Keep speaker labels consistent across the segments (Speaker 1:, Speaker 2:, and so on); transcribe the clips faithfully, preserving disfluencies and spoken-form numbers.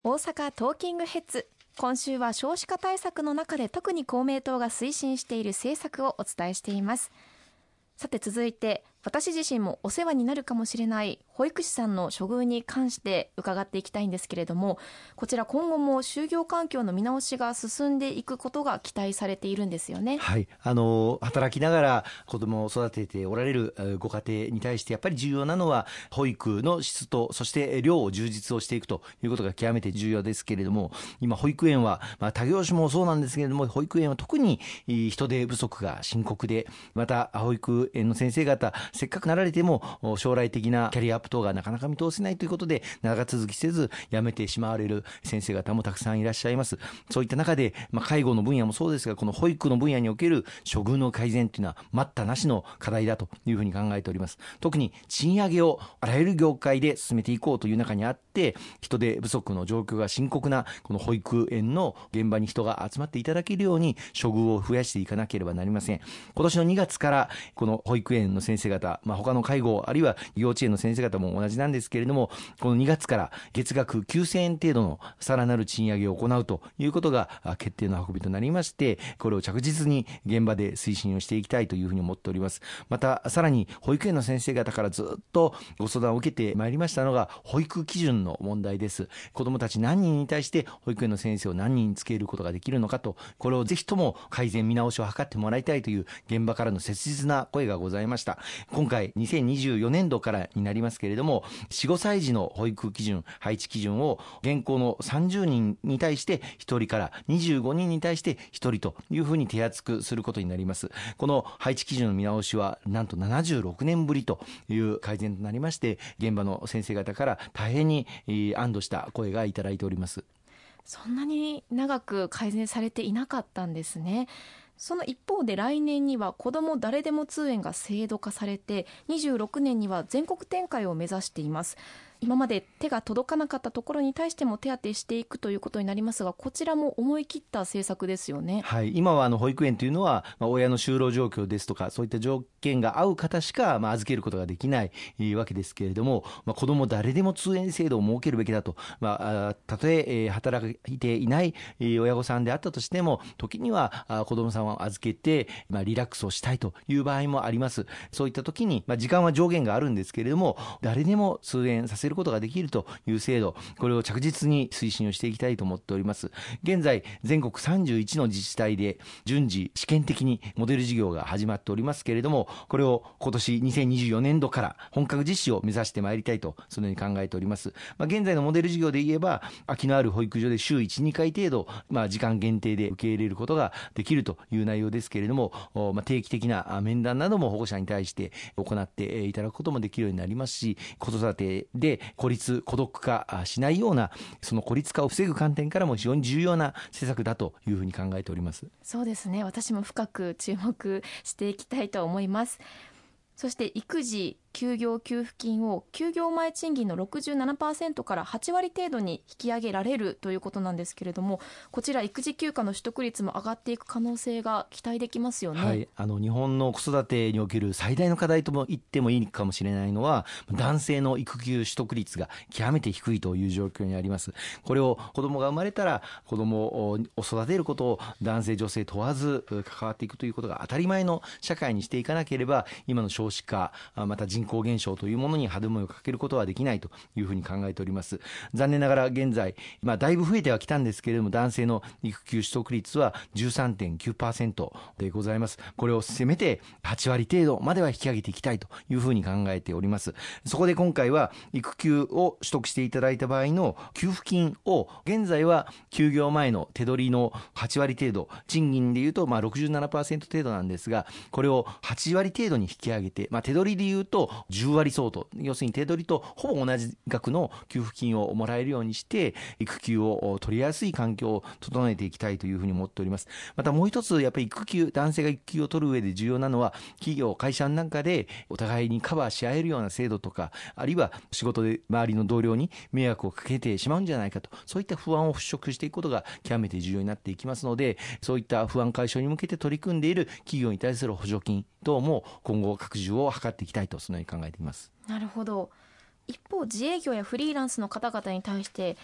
Speaker 1: 大阪トーキングヘッズ、今週は少子化対策の中で特に公明党が推進している政策をお伝えしています。さて続いて、私自身もお世話になるかもしれない保育士さんの処遇に関して伺っていきたいんですけれども、こちら今後も就業環境の見直しが進んでいくことが期待されているんですよね。
Speaker 2: はい、あの働きながら子どもを育てておられるご家庭に対してやっぱり重要なのは保育の質とそして量を充実をしていくということが極めて重要ですけれども、今保育園は、まあ、他業種もそうなんですけれども、保育園は特に人手不足が深刻で、また保育園の先生方せっかくなられても将来的なキャリアアップ等がなかなか見通せないということで長続きせず辞めてしまわれる先生方もたくさんいらっしゃいます。そういった中で、まあ、介護の分野もそうですが、この保育の分野における処遇の改善というのは待ったなしの課題だというふうに考えております。特に賃上げをあらゆる業界で進めていこうという中にあって、人手不足の状況が深刻なこの保育園の現場に人が集まっていただけるように処遇を増やしていかなければなりません。今年のにがつからこの保育園の先生方、まあ、他の介護あるいは幼稚園の先生方も同じなんですけれども、このにがつから月額きゅうせんえん程度のさらなる賃上げを行うということが決定の運びとなりまして、これを着実に現場で推進をしていきたいというふうに思っております。またさらに保育園の先生方からずっとご相談を受けてまいりましたのが保育基準の問題です。子どもたち何人に対して保育園の先生を何人つけることができるのかと、これをぜひとも改善見直しを図ってもらいたいという現場からの切実な声がございました。今回にせんにじゅうよねんどからになりますけれども、よん、ごさい児の保育基準配置基準を現行のさんじゅうにんに対してひとりからにじゅうごにんに対してひとりというふうに手厚くすることになります。この配置基準の見直しはなんとななじゅうろくねんぶりという改善となりまして、現場の先生方から大変に安堵した声がいただいております。
Speaker 1: そんなに長く改善されていなかったんですね。その一方で来年には子ども誰でも通園が制度化されて、にじゅうろくねんには全国展開を目指しています。今まで手が届かなかったところに対しても手当てしていくということになりますが、こちらも思い切った政策ですよね。
Speaker 2: はい、今はあの保育園というのは、まあ、親の就労状況ですとかそういった条件が合う方しか、まあ、預けることができないわけですけれども、まあ、子ども誰でも通園制度を設けるべきだと、まあ、たとええー、働いていない親御さんであったとしても、時にはあ子どもさんを預けて、まあ、リラックスをしたいという場合もあります。そういった時に、まあ、時間は上限があるんですけれども、誰でも通園させることができるという制度、これを着実に推進をしていきたいと思っております。現在全国さんじゅういちの自治体で順次試験的にモデル事業が始まっておりますけれども、これを今年にせんにじゅうよねんどから本格実施を目指してまいりたいとそのように考えております。まあ、現在のモデル事業で言えば、空きのある保育所で週いち、にかい程度、まあ、時間限定で受け入れることができるという内容ですけれども、まあ、定期的な面談なども保護者に対して行っていただくこともできるようになりますし、子育てで孤立孤独化しないような、その孤立化を防ぐ観点からも非常に重要な施策だというふうに考えております。
Speaker 1: そうですね、私も深く注目していきたいと思います。そして育児休業給付金を休業前賃金の ろくじゅうななパーセント からはちわり程度に引き上げられるということなんですけれども、こちら育児休暇の取得率も上がっていく可能性が期待できますよね。
Speaker 2: はい、あの日本の子育てにおける最大の課題とも言ってもいいかもしれないのは、男性の育休取得率が極めて低いという状況にあります。これを子供が生まれたら子供を育てることを男性女性問わず関わっていくということが当たり前の社会にしていかなければ、今の少子化また人口減少というものに歯止めをかけることはできないというふうに考えております。残念ながら現在、まあ、だいぶ増えてはきたんですけれども、男性の育休取得率は じゅうさんてんきゅうパーセント でございます。これをせめてはちわり程度までは引き上げていきたいというふうに考えております。そこで今回は育休を取得していただいた場合の給付金を、現在は休業前の手取りのはちわり程度、賃金でいうとまあ ろくじゅうななパーセント 程度なんですが、これをはちわり程度に引き上げて、まあ、手取りでいうとじゅうわり相当、要するに手取りとほぼ同じ額の給付金をもらえるようにして育休を取りやすい環境を整えていきたいというふうに思っております。またもう一つ、やっぱり育休、男性が育休を取る上で重要なのは、企業会社の中でお互いにカバーし合えるような制度とか、あるいは仕事で周りの同僚に迷惑をかけてしまうんじゃないかと、そういった不安を払拭していくことが極めて重要になっていきますので、そういった不安解消に向けて取り組んでいる企業に対する補助金等も今後拡充を図っていきたいとそのように考えています。
Speaker 1: なるほど。一方、自営業やフリーランスの方々に対して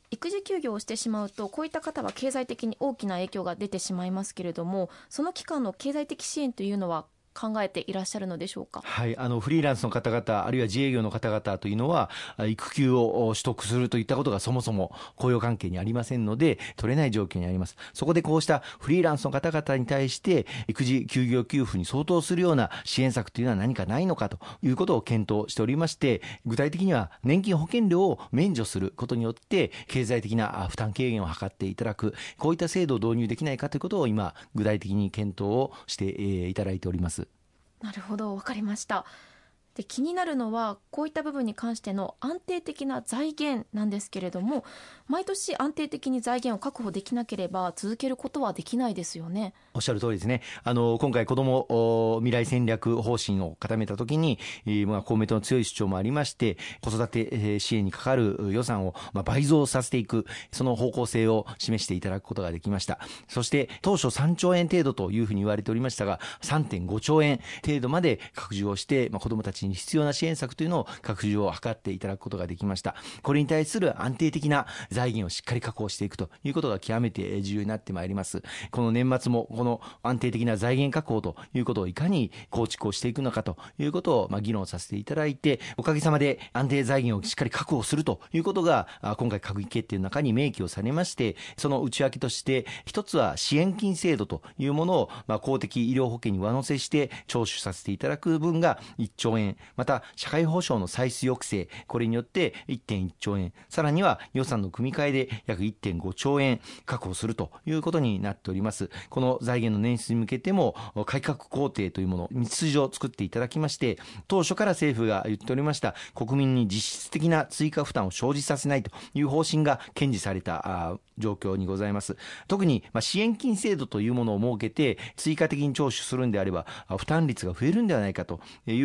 Speaker 1: 育児休業をしてしまうとこういった方は経済的に大きな影響が出てしまいますけれども、その期間の経済的支援というのは考えていらっしゃるのでしょうか。
Speaker 2: はい、あのフリーランスの方々あるいは自営業の方々というのは育休を取得するといったことがそもそも雇用関係にありませんので取れない状況にあります。そこでこうしたフリーランスの方々に対して育児休業給付に相当するような支援策というのは何かないのかということを検討しておりまして、具体的には年金保険料を免除することによって経済的な負担軽減を図っていただく、こういった制度を導入できないかということを今具体的に検討をしていただいております。
Speaker 1: なるほど、わかりました。で、気になるのはこういった部分に関しての安定的な財源なんですけれども、毎年安定的に財源を確保できなければ続けることはできないですよね。
Speaker 2: おっしゃる通りですね。あの今回子ども未来戦略方針を固めたときに、えーまあ、公明党の強い主張もありまして、子育て支援にかかる予算を、まあ、倍増させていく、その方向性を示していただくことができました。そして当初さんちょうえん程度というふうに言われておりましたが さんてんごちょうえん程度まで拡充をして、まあ、子どもたちに必要な支援策というのを拡充を図っていただくことができました。これに対する安定的な財源をしっかり確保していくということが極めて重要になってまいります。この年末もこの安定的な財源確保ということをいかに構築をしていくのかということをまあ議論させていただいて、おかげさまで安定財源をしっかり確保するということが今回閣議決定の中に明記をされまして、その内訳として一つは支援金制度というものをまあ公的医療保険に上乗せして徴収させていただく分がいっちょうえん、また社会保障の歳出抑制、これによって いってんいっちょうえん、さらには予算の組み替えで約 いってんごちょうえん確保するということになっております。この財源の捻出に向けても改革工程というもの、道筋を作っていただきまして、当初から政府が言っておりました国民に実質的な追加負担を生じさせないという方針が堅持された状況にございます。特に支援金制度というものを設けて追加的に徴収するんであれば負担率が増えるんではないかという、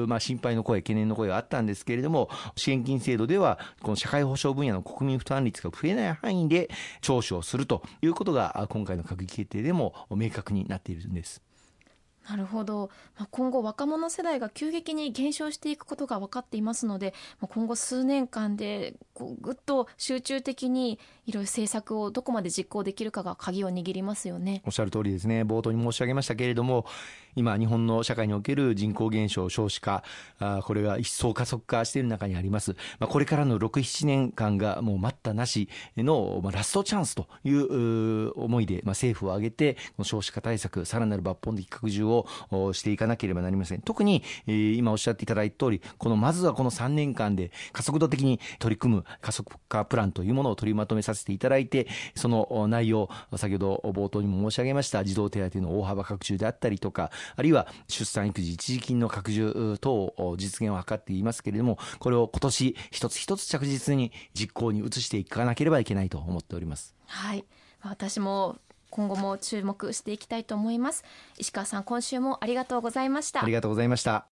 Speaker 2: まあ、心配の声、懸念の声があったんですけれども、支援金制度ではこの社会保障分野の国民負担率が増えない範囲で徴収をするということが今回の閣議決定でも明確になっているんです。
Speaker 1: なるほど。今後若者世代が急激に減少していくことが分かっていますので、今後数年間でこうぐっと集中的にいろいろ政策をどこまで実行できるかが鍵を握りますよね。
Speaker 2: おっしゃる通りですね。冒頭に申し上げましたけれども、今日本の社会における人口減少、少子化、これが一層加速化している中にあります。これからのろく、ななねんかんがもう待ったなしのラストチャンスという思いで政府を挙げて少子化対策、さらなる抜本的拡充をしていかなければなりません。特に今おっしゃっていただいた通り、このまずはこのさんねんかんで加速度的に取り組む加速化プランというものを取りまとめさせていただいて、その内容、先ほど冒頭にも申し上げました児童手当の大幅拡充であったりとか、あるいは出産育児一時金の拡充等を実現を図っていますけれども、これを今年一つ一つ着実に実行に移していかなければいけないと思っております。
Speaker 1: はい、私も今後も注目していきたいと思います。石川さん、今週もありがとうございました。
Speaker 2: ありがとうございました。